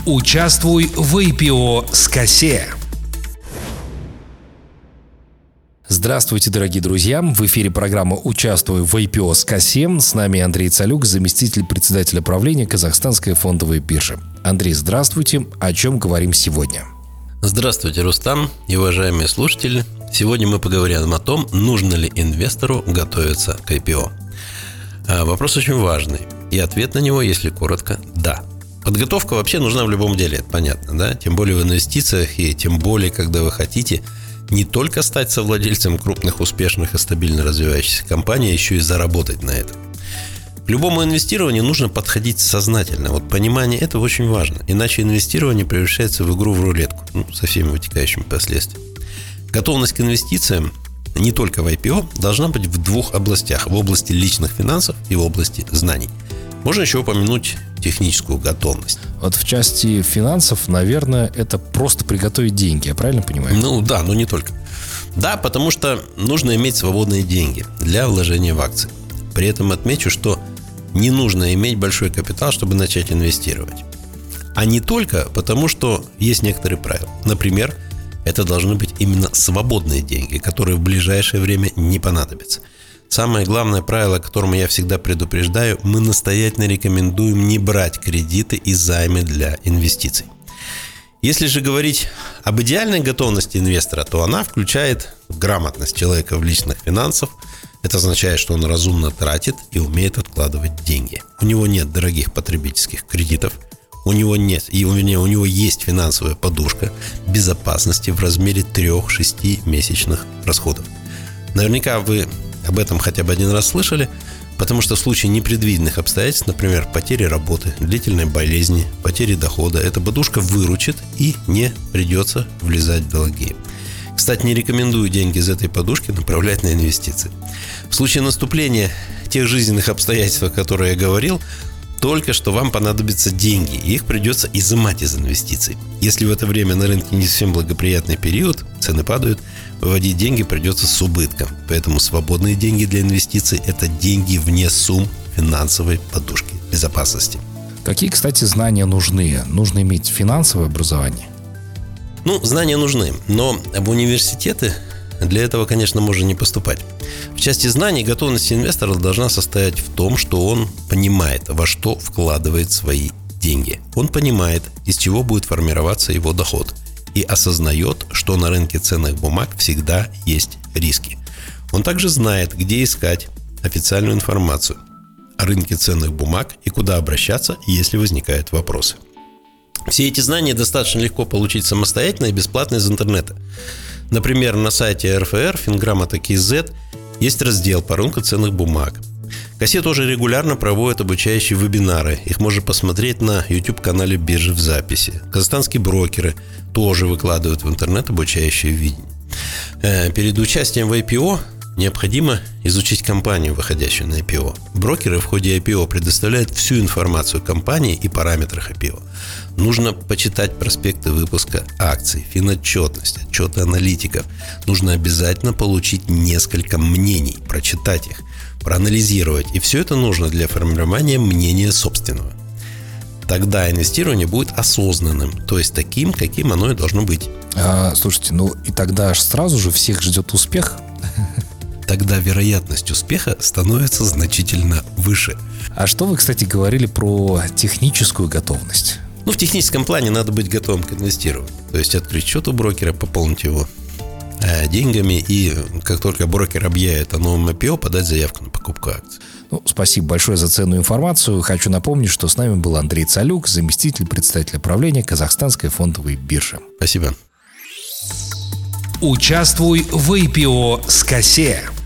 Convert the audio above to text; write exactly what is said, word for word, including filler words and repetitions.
Участвуй в ай пи о с КАСЕ. Здравствуйте, дорогие друзья! В эфире программа «Участвуй в ай пи о с КАСЕ». С нами Андрей Цалюк, заместитель председателя правления Казахстанской фондовой биржи. Андрей, здравствуйте! О чем говорим сегодня? Здравствуйте, Рустам и уважаемые слушатели. Сегодня мы поговорим о том, нужно ли инвестору готовиться к ай пи о. Вопрос очень важный, и ответ на него, если коротко, да. Подготовка вообще нужна в любом деле, это понятно, да? Тем более в инвестициях, и тем более, когда вы хотите не только стать совладельцем крупных, успешных и стабильно развивающихся компаний, а еще и заработать на этом. К любому инвестированию нужно подходить сознательно. Вот понимание этого очень важно. Иначе инвестирование превращается в игру в рулетку, ну, со всеми вытекающими последствиями. Готовность к инвестициям не только в ай пи о должна быть в двух областях. В области личных финансов и в области знаний. Можно еще упомянуть техническую готовность. Вот в части финансов, наверное, это просто приготовить деньги, я правильно понимаю? Ну да, но не только. Да, потому что нужно иметь свободные деньги для вложения в акции. При этом отмечу, что не нужно иметь большой капитал, чтобы начать инвестировать. А не только потому, что есть некоторые правила. Например, это должны быть именно свободные деньги, которые в ближайшее время не понадобятся. Самое главное правило, которому я всегда предупреждаю, мы настоятельно рекомендуем не брать кредиты и займы для инвестиций. Если же говорить об идеальной готовности инвестора, то она включает грамотность человека в личных финансах. Это означает, что он разумно тратит и умеет откладывать деньги. У него нет дорогих потребительских кредитов, у него нет, и у него, у него есть финансовая подушка безопасности в размере трёх-шести месячных расходов. Наверняка вы об этом хотя бы один раз слышали, потому что в случае непредвиденных обстоятельств, например, потери работы, длительной болезни, потери дохода, эта подушка выручит и не придется влезать в долги. Кстати, не рекомендую деньги из этой подушки направлять на инвестиции. В случае наступления тех жизненных обстоятельств, о которых я говорил, только что вам понадобятся деньги, и их придется изымать из инвестиций. Если в это время на рынке не совсем благоприятный период, цены падают, выводить деньги придется с убытком. Поэтому свободные деньги для инвестиций – это деньги вне сумм финансовой подушки безопасности. Какие, кстати, знания нужны? Нужно иметь финансовое образование? Ну, знания нужны, но в университеты для этого, конечно, можно не поступать. В части знаний готовность инвестора должна состоять в том, что он понимает, во что вкладывает свои деньги. Он понимает, из чего будет формироваться его доход, и осознает, что на рынке ценных бумаг всегда есть риски. Он также знает, где искать официальную информацию о рынке ценных бумаг и куда обращаться, если возникают вопросы. Все эти знания достаточно легко получить самостоятельно и бесплатно из интернета. Например, на сайте эр эф эр Финграмота КЗ есть раздел по рынку ценных бумаг. КАСЕ тоже регулярно проводит обучающие вебинары. Их можно посмотреть на YouTube-канале биржи в записи. Казахстанские брокеры тоже выкладывают в интернет обучающие видео. Перед участием в ай пи о необходимо изучить компанию, выходящую на ай пи о. Брокеры в ходе ай пи о предоставляют всю информацию о компании и параметрах ай пи о. Нужно почитать проспекты выпуска акций, финотчетность, отчеты аналитиков. Нужно обязательно получить несколько мнений, прочитать их, проанализировать. И все это нужно для формирования мнения собственного. Тогда инвестирование будет осознанным, то есть таким, каким оно и должно быть. А, слушайте, ну и тогда аж сразу же всех ждет успех. Тогда вероятность успеха становится значительно выше. А что вы, кстати, говорили про техническую готовность? Ну, в техническом плане надо быть готовым к инвестированию. То есть открыть счет у брокера, пополнить его э, деньгами, и как только брокер объявит о новом ай пи о, подать заявку на покупку акций. Ну, спасибо большое за ценную информацию. Хочу напомнить, что с нами был Андрей Цалюк, заместитель председателя правления Казахстанской фондовой биржи. Спасибо. Участвуй в ай пи о с КАСЕ.